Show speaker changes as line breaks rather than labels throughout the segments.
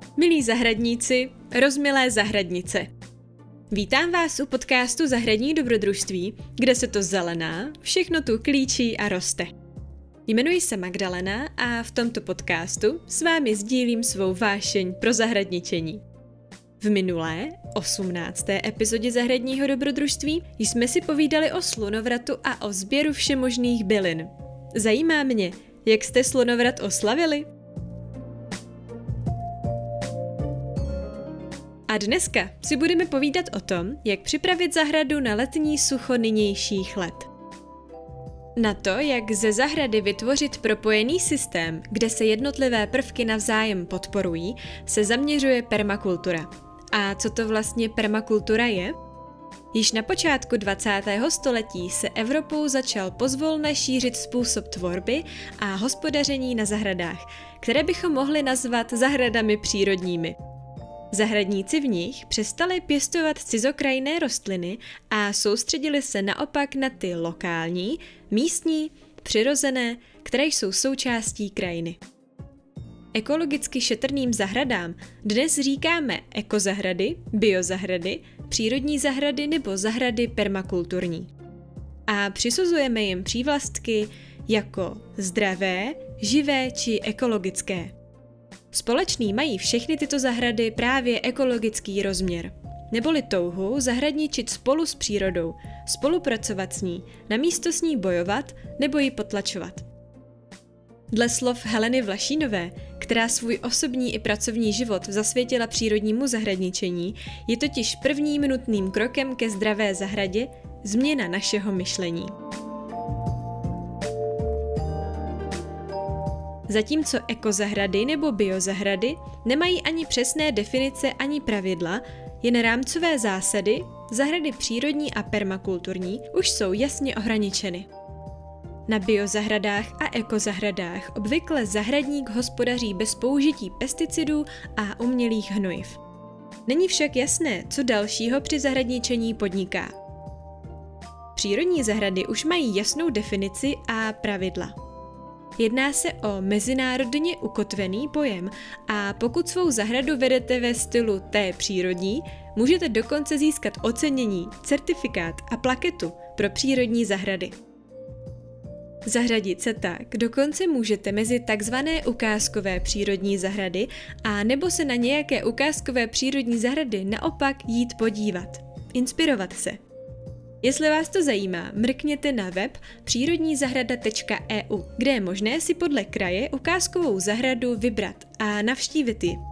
Milí zahradníci, rozmilé zahradnice. Vítám vás u podcastu Zahradní dobrodružství, kde se to zelená, všechno tu klíčí a roste. Jmenuji se Magdalena a v tomto podcastu s vámi sdílím svou vášeň pro zahradničení. V minulé, 18. epizodě Zahradního dobrodružství jsme si povídali o slunovratu a o sběru všemožných bylin. Zajímá mě, jak jste slunovrat oslavili? A dneska si budeme povídat o tom, jak připravit zahradu na letní sucho nynějších let. Na to, jak ze zahrady vytvořit propojený systém, kde se jednotlivé prvky navzájem podporují, se zaměřuje permakultura. A co to vlastně permakultura je? Již na počátku 20. století se Evropou začal pozvolna šířit způsob tvorby a hospodaření na zahradách, které bychom mohli nazvat zahradami přírodními. Zahradníci v nich přestali pěstovat cizokrajné rostliny a soustředili se naopak na ty lokální, místní, přirozené, které jsou součástí krajiny. Ekologicky šetrným zahradám dnes říkáme ekozahrady, biozahrady, přírodní zahrady nebo zahrady permakulturní. A přisuzujeme jim přívlastky jako zdravé, živé či ekologické. Společný mají všechny tyto zahrady právě ekologický rozměr, neboli touhu zahradničit spolu s přírodou, spolupracovat s ní, namísto s ní bojovat nebo ji potlačovat. Dle slov Heleny Vlašínové, která svůj osobní i pracovní život zasvětila přírodnímu zahradničení, je totiž prvním nutným krokem ke zdravé zahradě změna našeho myšlení. Zatímco ekozahrady nebo biozahrady nemají ani přesné definice ani pravidla, jen rámcové zásady, zahrady přírodní a permakulturní už jsou jasně ohraničeny. Na biozahradách a ekozahradách obvykle zahradník hospodaří bez použití pesticidů a umělých hnojiv. Není však jasné, co dalšího při zahradničení podniká. Přírodní zahrady už mají jasnou definici a pravidla. Jedná se o mezinárodně ukotvený pojem a pokud svou zahradu vedete ve stylu té přírodní, můžete dokonce získat ocenění, certifikát a plaketu pro přírodní zahrady. Zařadit se tak dokonce můžete mezi takzvané ukázkové přírodní zahrady a nebo se na nějaké ukázkové přírodní zahrady naopak jít podívat, inspirovat se. Jestli vás to zajímá, mrkněte na web přírodnizahrada.eu, kde je možné si podle kraje ukázkovou zahradu vybrat a navštívit ji.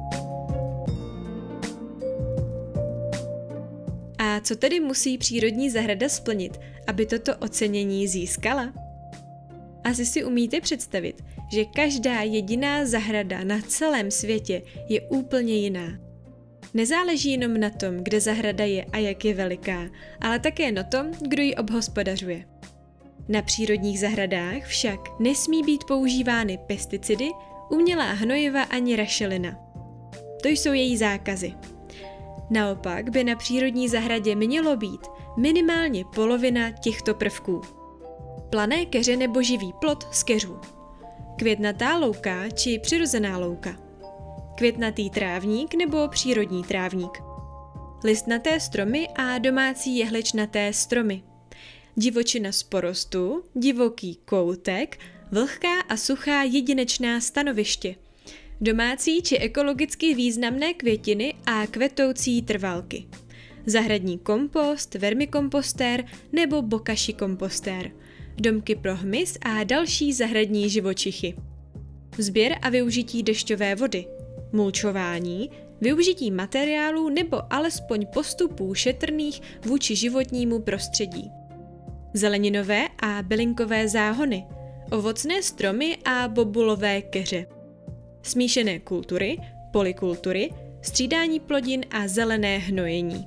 A co tedy musí přírodní zahrada splnit, aby toto ocenění získala? Asi si umíte představit, že každá jediná zahrada na celém světě je úplně jiná. Nezáleží jenom na tom, kde zahrada je a jak je veliká, ale také na tom, kdo ji obhospodařuje. Na přírodních zahradách však nesmí být používány pesticidy, umělá hnojiva ani rašelina. To jsou její zákazy. Naopak by na přírodní zahradě mělo být minimálně polovina těchto prvků. Plané keře nebo živý plod z keřů. Květnatá louka či přirozená louka. Květnatý trávník nebo přírodní trávník. Listnaté stromy a domácí jehličnaté stromy. Divočina z porostu, divoký koutek, vlhká a suchá jedinečná stanoviště. Domácí či ekologicky významné květiny a kvetoucí trvalky. Zahradní kompost, vermikompostér nebo bokashi kompostér. Domky pro hmyz a další zahradní živočichy. Sběr a využití dešťové vody. Mulčování, využití materiálů nebo alespoň postupů šetrných vůči životnímu prostředí. Zeleninové a bylinkové záhony, ovocné stromy a bobulové keře. Smíšené kultury, polykultury, střídání plodin a zelené hnojení.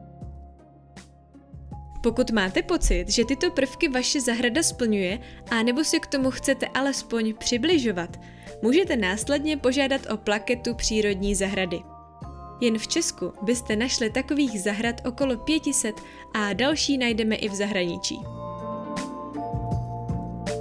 Pokud máte pocit, že tyto prvky vaše zahrada splňuje a nebo si k tomu chcete alespoň přibližovat, můžete následně požádat o plaketu přírodní zahrady. Jen v Česku byste našli takových zahrad okolo 500 a další najdeme i v zahraničí.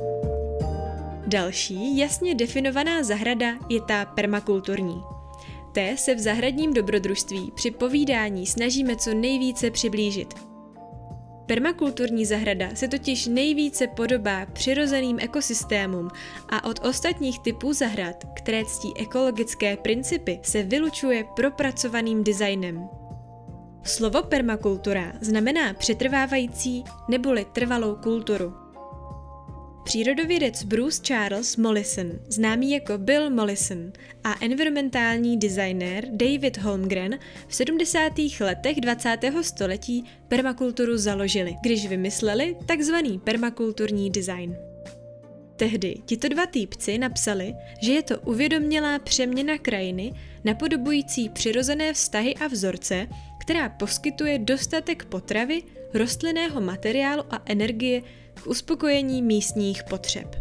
Další jasně definovaná zahrada je ta permakulturní. Té se v zahradním dobrodružství při povídání snažíme co nejvíce přiblížit. Permakulturní zahrada se totiž nejvíce podobá přirozeným ekosystémům a od ostatních typů zahrad, které ctí ekologické principy, se vylučuje propracovaným designem. Slovo permakultura znamená přetrvávající neboli trvalou kulturu. Přírodovědec Bruce Charles Mollison, známý jako Bill Mollison, a environmentální designér David Holmgren v 70. letech 20. století permakulturu založili, když vymysleli takzvaný permakulturní design. Tehdy tito dva týpci napsali, že je to uvědomělá přeměna krajiny napodobující přirozené vztahy a vzorce, která poskytuje dostatek potravy, rostlinného materiálu a energie k uspokojení místních potřeb.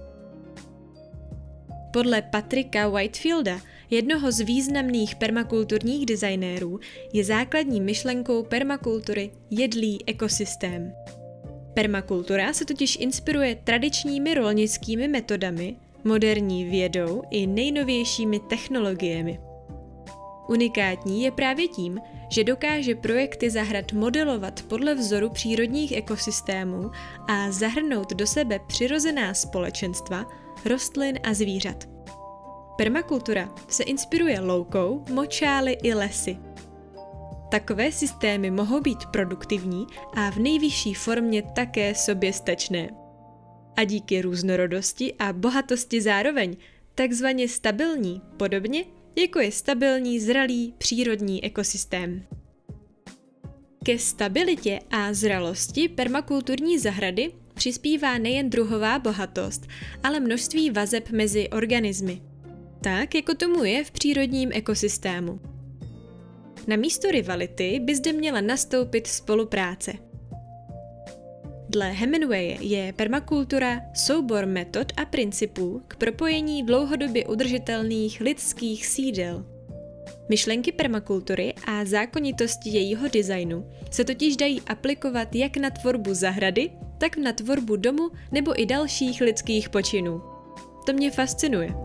Podle Patricka Whitefielda, jednoho z významných permakulturních designérů, je základní myšlenkou permakultury jedlý ekosystém. Permakultura se totiž inspiruje tradičními rolnickými metodami, moderní vědou i nejnovějšími technologiemi. Unikátní je právě tím, že dokáže projekty zahrad modelovat podle vzoru přírodních ekosystémů a zahrnout do sebe přirozená společenstva, rostlin a zvířat. Permakultura se inspiruje loukou, močály i lesy. Takové systémy mohou být produktivní a v nejvyšší formě také soběstačné. A díky různorodosti a bohatosti zároveň takzvaně stabilní, podobně jako je stabilní zralý přírodní ekosystém. Ke stabilitě a zralosti permakulturní zahrady přispívá nejen druhová bohatost, ale množství vazeb mezi organismy. Tak, jako tomu je v přírodním ekosystému. Na místo rivality by zde měla nastoupit spolupráce. Dle Hemingwaye je permakultura soubor metod a principů k propojení dlouhodobě udržitelných lidských sídel. Myšlenky permakultury a zákonitosti jejího designu se totiž dají aplikovat jak na tvorbu zahrady, tak na tvorbu domu nebo i dalších lidských počinů. To mě fascinuje.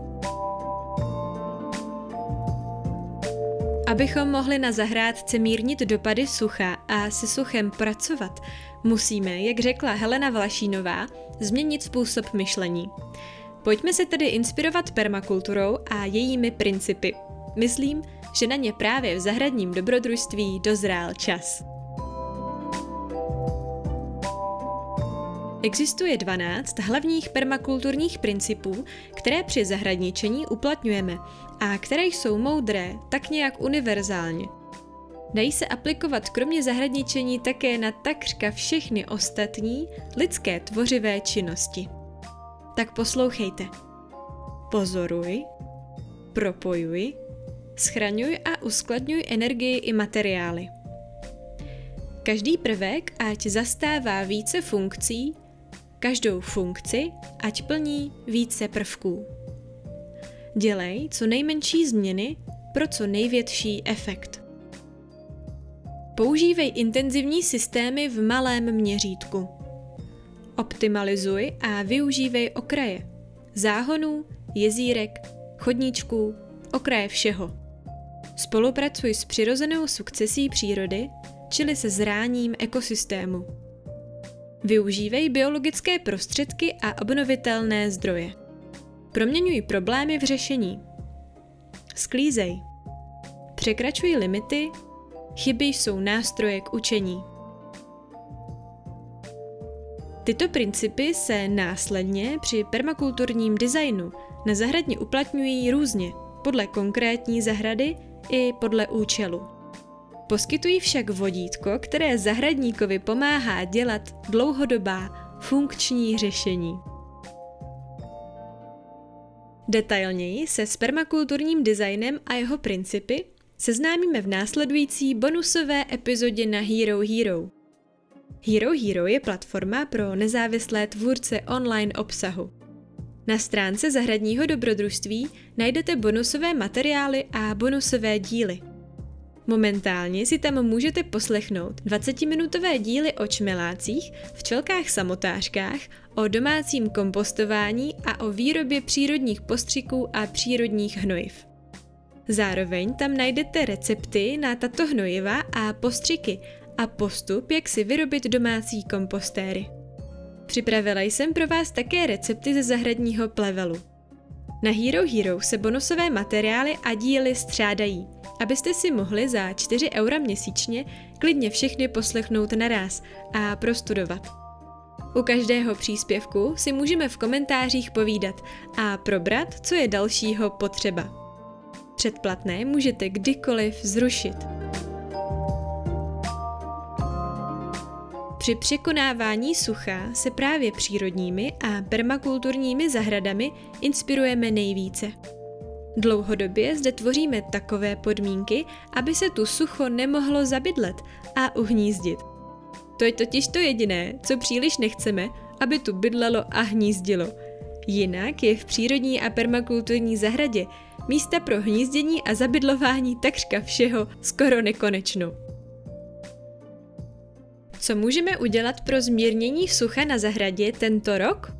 Abychom mohli na zahrádce mírnit dopady sucha a se suchem pracovat, musíme, jak řekla Helena Vlašínová, změnit způsob myšlení. Pojďme se tedy inspirovat permakulturou a jejími principy. Myslím, že na ně právě v zahradním dobrodružství dozrál čas. Existuje 12 hlavních permakulturních principů, které při zahradničení uplatňujeme a které jsou moudré, tak nějak univerzálně. Dají se aplikovat kromě zahradničení také na takřka všechny ostatní lidské tvořivé činnosti. Tak poslouchejte. Pozoruj, propojuj, schraňuj a uskladňuj energii i materiály. Každý prvek ať zastává více funkcí, každou funkci ať plní více prvků. Dělej co nejmenší změny pro co největší efekt. Používej intenzivní systémy v malém měřítku. Optimalizuj a využívej okraje, záhonů, jezírek, chodníčků, okraje všeho. Spolupracuj s přirozenou sukcesí přírody, čili se zráním ekosystému. Využívej biologické prostředky a obnovitelné zdroje. Proměňuj problémy v řešení. Sklízej. Překračuj limity, chyby jsou nástroje k učení. Tyto principy se následně při permakulturním designu na zahradě uplatňují různě, podle konkrétní zahrady i podle účelu. Poskytují však vodítko, které zahradníkovi pomáhá dělat dlouhodobá funkční řešení. Detailněji se s permakulturním designem a jeho principy seznámíme v následující bonusové epizodě na Hero Hero. Hero Hero je platforma pro nezávislé tvůrce online obsahu. Na stránce zahradního dobrodružství najdete bonusové materiály a bonusové díly. Momentálně si tam můžete poslechnout 20-minutové díly o čmelácích, včelkách samotářkách, o domácím kompostování a o výrobě přírodních postřiků a přírodních hnojiv. Zároveň tam najdete recepty na tato hnojiva a postřiky a postup, jak si vyrobit domácí kompostéry. Připravila jsem pro vás také recepty ze zahradního plevelu. Na Hero Hero se bonusové materiály a díly střádají, abyste si mohli za 4 € měsíčně klidně všechny poslechnout naráz a prostudovat. U každého příspěvku si můžeme v komentářích povídat a probrat, co je dalšího potřeba. Předplatné můžete kdykoliv zrušit. Při překonávání sucha se právě přírodními a permakulturními zahradami inspirujeme nejvíce. Dlouhodobě zde tvoříme takové podmínky, aby se tu sucho nemohlo zabydlet a uhnízdit. To je totiž to jediné, co příliš nechceme, aby tu bydlelo a hnízdilo. Jinak je v přírodní a permakulturní zahradě místa pro hnízdění a zabydlování takřka všeho skoro nekonečno. Co můžeme udělat pro zmírnění sucha na zahradě tento rok?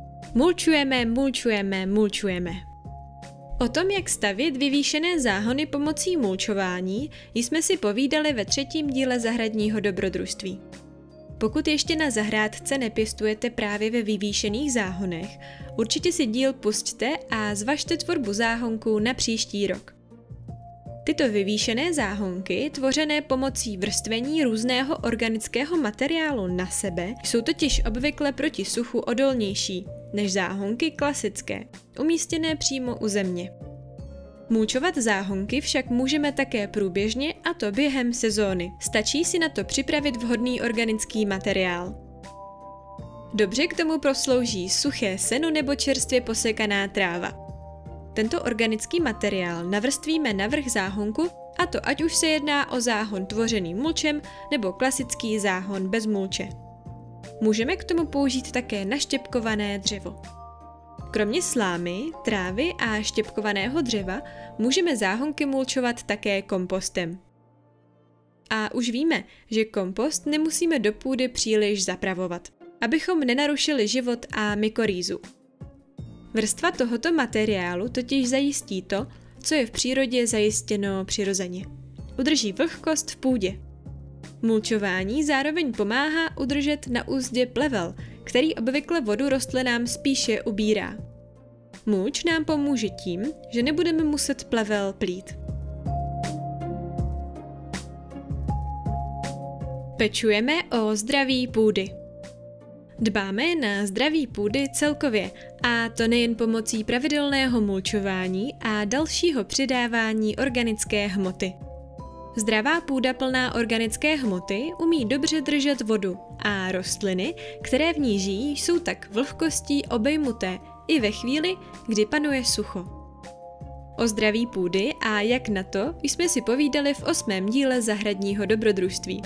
Mulčujeme. O tom, jak stavět vyvýšené záhony pomocí mulčování, jsme si povídali ve 3. díle zahradního dobrodružství. Pokud ještě na zahrádce nepěstujete právě ve vyvýšených záhonech, určitě si díl pusťte a zvažte tvorbu záhonků na příští rok. Tyto vyvýšené záhonky, tvořené pomocí vrstvení různého organického materiálu na sebe, jsou totiž obvykle proti suchu odolnější než záhonky klasické, umístěné přímo u země. Mulčovat záhonky však můžeme také průběžně, a to během sezóny. Stačí si na to připravit vhodný organický materiál. Dobře k tomu proslouží suché seno nebo čerstvě posekaná tráva. Tento organický materiál navrstvíme na vrch záhonku, a to ať už se jedná o záhon tvořený mulčem nebo klasický záhon bez mulče. Můžeme k tomu použít také naštěpkované dřevo. Kromě slámy, trávy a štěpkovaného dřeva můžeme záhonky mulčovat také kompostem. A už víme, že kompost nemusíme do půdy příliš zapravovat, abychom nenarušili život a mykorýzu. Vrstva tohoto materiálu totiž zajistí to, co je v přírodě zajištěno přirozeně. Udrží vlhkost v půdě. Mulčování zároveň pomáhá udržet na úzdě plevel, který obvykle vodu rostlinám spíše ubírá. Mulč nám pomůže tím, že nebudeme muset plevel plít. Pečujeme o zdraví půdy. Dbáme na zdraví půdy celkově, a to nejen pomocí pravidelného mulčování a dalšího přidávání organické hmoty. Zdravá půda plná organické hmoty umí dobře držet vodu a rostliny, které v ní žijí, jsou tak vlhkostí obejmuté i ve chvíli, kdy panuje sucho. O zdraví půdy a jak na to jsme si povídali v 8. díle zahradního dobrodružství.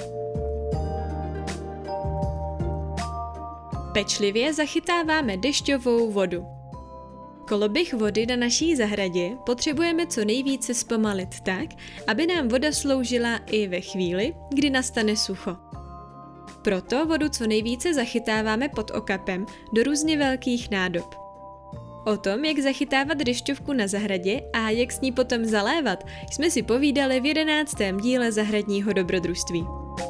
Pečlivě zachytáváme dešťovou vodu. Koloběh vody na naší zahradě potřebujeme co nejvíce zpomalit tak, aby nám voda sloužila i ve chvíli, kdy nastane sucho. Proto vodu co nejvíce zachytáváme pod okapem do různě velkých nádob. O tom, jak zachytávat dešťovku na zahradě a jak s ní potom zalévat, jsme si povídali v 11. díle zahradního dobrodružství.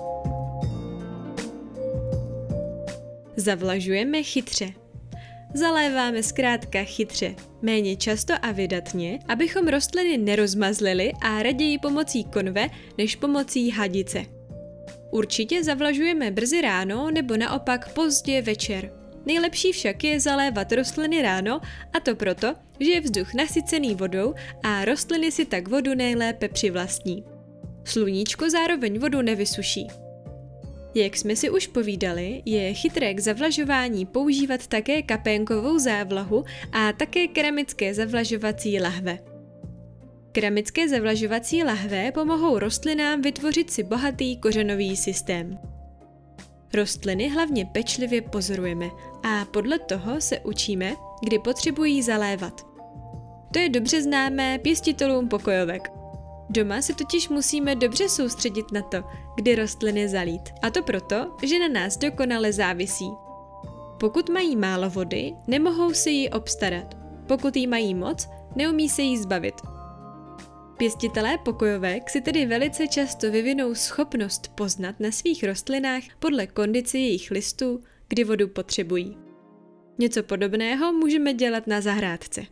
Zavlažujeme chytře. Zaléváme zkrátka chytře, méně často a vydatně, abychom rostliny nerozmazlili a raději pomocí konve než pomocí hadice. Určitě zavlažujeme brzy ráno nebo naopak pozdě večer. Nejlepší však je zalévat rostliny ráno, a to proto, že je vzduch nasycený vodou a rostliny si tak vodu nejlépe přivlastní. Sluníčko zároveň vodu nevysuší. Jak jsme si už povídali, je chytré k zavlažování používat také kapénkovou závlahu a také keramické zavlažovací lahve. Keramické zavlažovací lahve pomohou rostlinám vytvořit si bohatý kořenový systém. Rostliny hlavně pečlivě pozorujeme a podle toho se učíme, kdy potřebují zalévat. To je dobře známé pěstitelům pokojovek. Doma se totiž musíme dobře soustředit na to, kdy rostliny zalít, a to proto, že na nás dokonale závisí. Pokud mají málo vody, nemohou si ji obstarat. Pokud jí mají moc, neumí se jí zbavit. Pěstitelé pokojovek si tedy velice často vyvinou schopnost poznat na svých rostlinách podle kondice jejich listů, kdy vodu potřebují. Něco podobného můžeme dělat na zahrádce.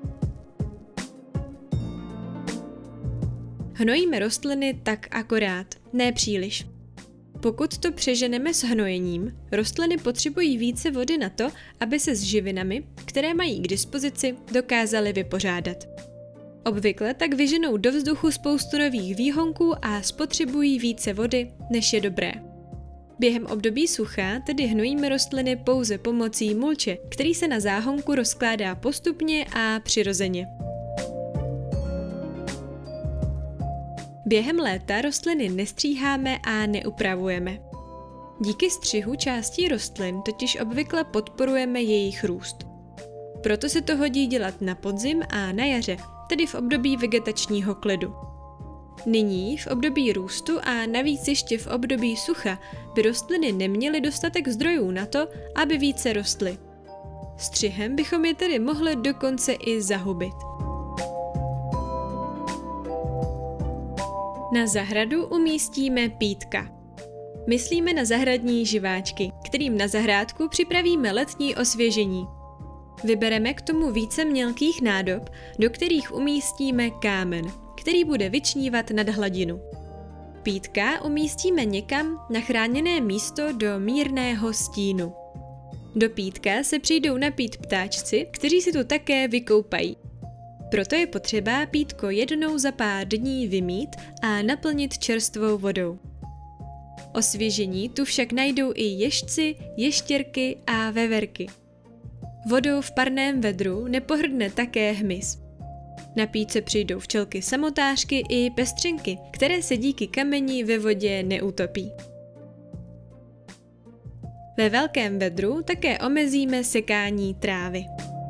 Hnojíme rostliny tak akorát, ne příliš. Pokud to přeženeme s hnojením, rostliny potřebují více vody na to, aby se s živinami, které mají k dispozici, dokázaly vypořádat. Obvykle tak vyženou do vzduchu spoustu nových výhonků a spotřebují více vody, než je dobré. Během období sucha tedy hnojíme rostliny pouze pomocí mulče, který se na záhonku rozkládá postupně a přirozeně. Během léta rostliny nestříháme a neupravujeme. Díky střihu částí rostlin totiž obvykle podporujeme jejich růst. Proto se to hodí dělat na podzim a na jaře, tedy v období vegetačního klidu. Nyní, v období růstu a navíc ještě v období sucha, by rostliny neměly dostatek zdrojů na to, aby více rostly. Střihem bychom je tedy mohli dokonce i zahubit. Na zahradu umístíme pítka. Myslíme na zahradní živáčky, kterým na zahrádku připravíme letní osvěžení. Vybereme k tomu více mělkých nádob, do kterých umístíme kámen, který bude vyčnívat nad hladinu. Pítka umístíme někam na chráněné místo do mírného stínu. Do pítka se přijdou napít ptáčci, kteří si tu také vykoupají. Proto je potřeba pítko jednou za pár dní vymýt a naplnit čerstvou vodou. Osvěžení tu však najdou i ježci, ještěrky a veverky. Vodou v parném vedru nepohrdne také hmyz. Napít se přijdou včelky samotářky i pestřenky, které se díky kameni ve vodě neutopí. Ve velkém vedru také omezíme sekání trávy.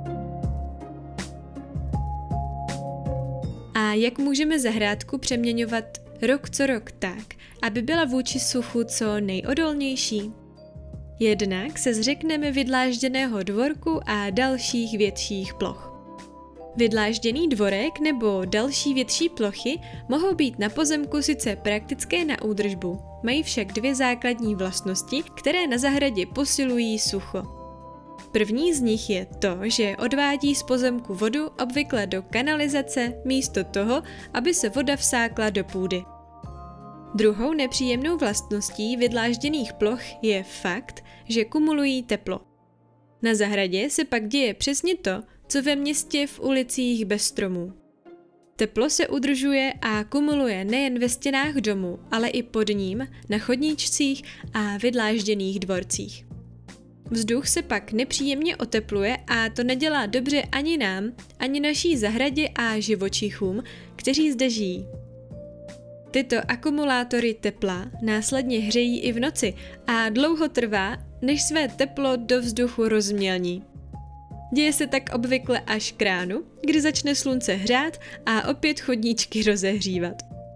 A jak můžeme zahrádku přeměňovat rok co rok tak, aby byla vůči suchu co nejodolnější? Jednak se zřekneme vydlážděného dvorku a dalších větších ploch. Vydlážděný dvorek nebo další větší plochy mohou být na pozemku sice praktické na údržbu, mají však dvě základní vlastnosti, které na zahradě posilují sucho. První z nich je to, že odvádí z pozemku vodu obvykle do kanalizace místo toho, aby se voda vsákla do půdy. Druhou nepříjemnou vlastností vydlážděných ploch je fakt, že kumulují teplo. Na zahradě se pak děje přesně to, co ve městě v ulicích bez stromů. Teplo se udržuje a kumuluje nejen ve stěnách domu, ale i pod ním, na chodníčcích a vydlážděných dvorcích. Vzduch se pak nepříjemně otepluje a to nedělá dobře ani nám, ani naší zahradě a živočichům, kteří zde žijí. Tyto akumulátory tepla následně hřejí i v noci a dlouho trvá, než své teplo do vzduchu rozmělní. Děje se tak obvykle až k ránu, kdy začne slunce hřát a opět chodníčky rozehřívat.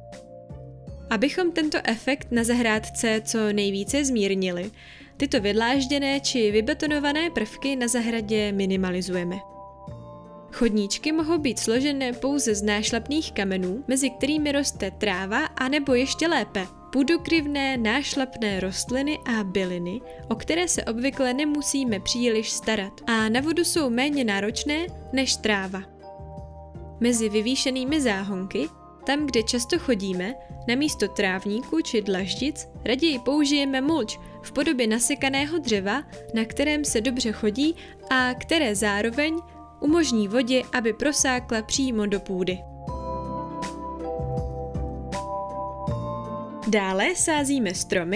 Abychom tento efekt na zahrádce co nejvíce zmírnili, tyto vydlážděné či vybetonované prvky na zahradě minimalizujeme. Chodníčky mohou být složené pouze z nášlapných kamenů, mezi kterými roste tráva, anebo ještě lépe, půdokryvné nášlapné rostliny a byliny, o které se obvykle nemusíme příliš starat a na vodu jsou méně náročné než tráva. Mezi vyvýšenými záhonky, tam, kde často chodíme, na místo trávníku či dlaždic raději použijeme mulč v podobě nasekaného dřeva, na kterém se dobře chodí a které zároveň umožní vodě, aby prosákla přímo do půdy. Dále sázíme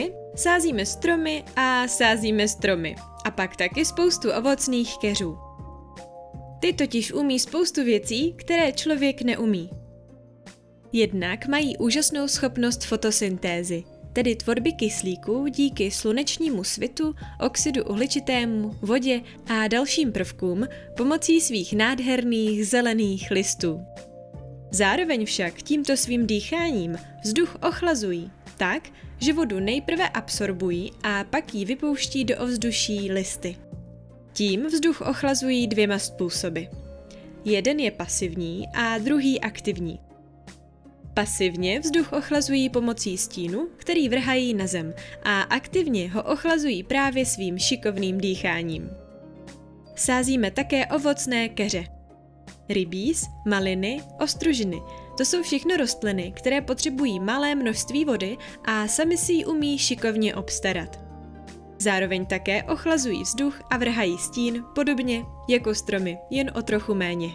stromy a pak taky spoustu ovocných keřů. Ty totiž umí spoustu věcí, které člověk neumí. Jednak mají úžasnou schopnost fotosyntézy, tedy tvorby kyslíku díky slunečnímu svitu, oxidu uhličitému, vodě a dalším prvkům pomocí svých nádherných zelených listů. Zároveň však tímto svým dýcháním vzduch ochlazují tak, že vodu nejprve absorbují a pak ji vypouští do ovzduší listy. Tím vzduch ochlazují dvěma způsoby. Jeden je pasivní a druhý aktivní. Pasivně vzduch ochlazují pomocí stínu, který vrhají na zem, a aktivně ho ochlazují právě svým šikovným dýcháním. Sázíme také ovocné keře. Rybíz, maliny, ostružiny. To jsou všechno rostliny, které potřebují malé množství vody a sami si ji umí šikovně obstarat. Zároveň také ochlazují vzduch a vrhají stín, podobně jako stromy, jen o trochu méně.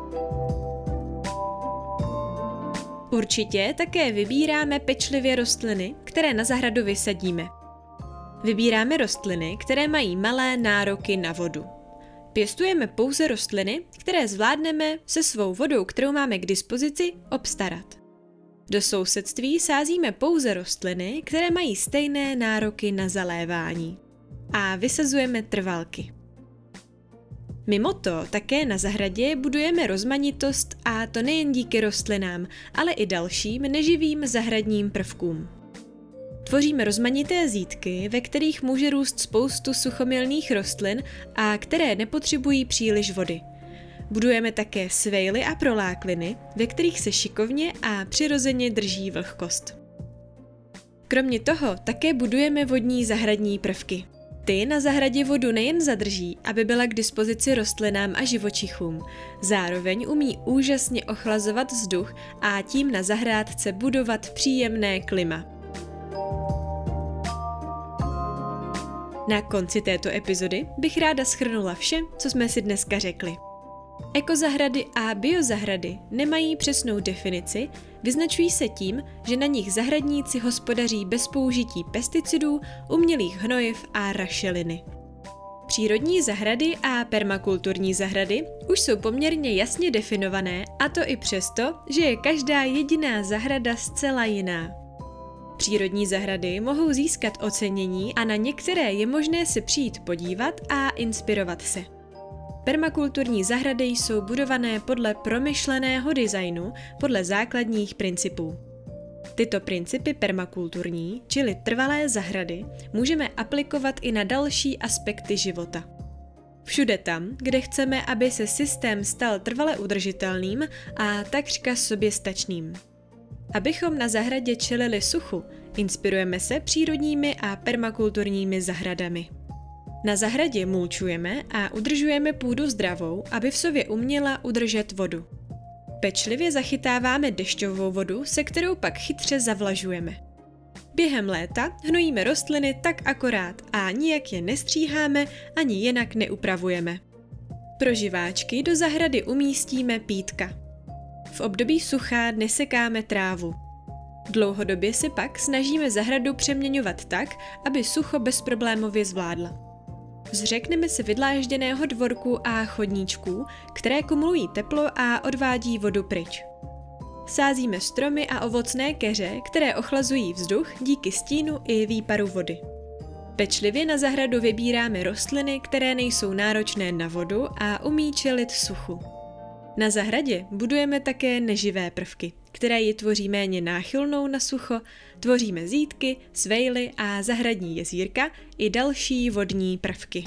Určitě také vybíráme pečlivě rostliny, které na zahradu vysadíme. Vybíráme rostliny, které mají malé nároky na vodu. Pěstujeme pouze rostliny, které zvládneme se svou vodou, kterou máme k dispozici, obstarat. Do sousedství sázíme pouze rostliny, které mají stejné nároky na zalévání. A vysazujeme trvalky. Mimo to také na zahradě budujeme rozmanitost, a to nejen díky rostlinám, ale i dalším neživým zahradním prvkům. Tvoříme rozmanité zítky, ve kterých může růst spoustu suchomilných rostlin a které nepotřebují příliš vody. Budujeme také svejly a prolákliny, ve kterých se šikovně a přirozeně drží vlhkost. Kromě toho také budujeme vodní zahradní prvky. Ty na zahradě vodu nejen zadrží, aby byla k dispozici rostlinám a živočichům, zároveň umí úžasně ochlazovat vzduch a tím na zahrádce budovat příjemné klima. Na konci této epizody bych ráda shrnula vše, co jsme si dneska řekli. Ekozahrady a biozahrady nemají přesnou definici, vyznačují se tím, že na nich zahradníci hospodaří bez použití pesticidů, umělých hnojiv a rašeliny. Přírodní zahrady a permakulturní zahrady už jsou poměrně jasně definované, a to i přesto, že je každá jediná zahrada zcela jiná. Přírodní zahrady mohou získat ocenění a na některé je možné se přijít podívat a inspirovat se. Permakulturní zahrady jsou budované podle promyšleného designu, podle základních principů. Tyto principy permakulturní, čili trvalé zahrady, můžeme aplikovat i na další aspekty života. Všude tam, kde chceme, aby se systém stal trvale udržitelným a takřka soběstačným. Abychom na zahradě čelili suchu, inspirujeme se přírodními a permakulturními zahradami. Na zahradě mulčujeme a udržujeme půdu zdravou, aby v sobě uměla udržet vodu. Pečlivě zachytáváme dešťovou vodu, se kterou pak chytře zavlažujeme. Během léta hnojíme rostliny tak akorát a nijak je nestříháme ani jinak neupravujeme. Pro živáčky do zahrady umístíme pítka. V období sucha nesekáme trávu. Dlouhodobě si pak snažíme zahradu přeměňovat tak, aby sucho bezproblémově zvládla. Zřekneme se vydlážděného dvorku a chodníčků, které kumulují teplo a odvádí vodu pryč. Sázíme stromy a ovocné keře, které ochlazují vzduch díky stínu i výparu vody. Pečlivě na zahradu vybíráme rostliny, které nejsou náročné na vodu a umí čelit suchu. Na zahradě budujeme také neživé prvky, které ji tvoří méně náchylnou na sucho, tvoříme zítky, svejly a zahradní jezírka i další vodní prvky.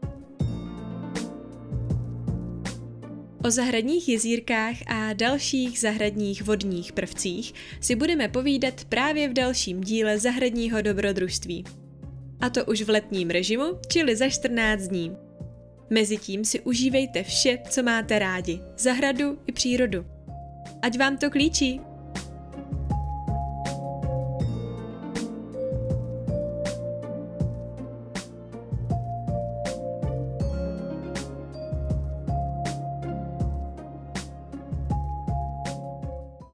O zahradních jezírkách a dalších zahradních vodních prvcích si budeme povídat právě v dalším díle Zahradního dobrodružství. A to už v letním režimu, čili za 14 dní. Mezitím si užívejte vše, co máte rádi, zahradu i přírodu. Ať vám to klíčí!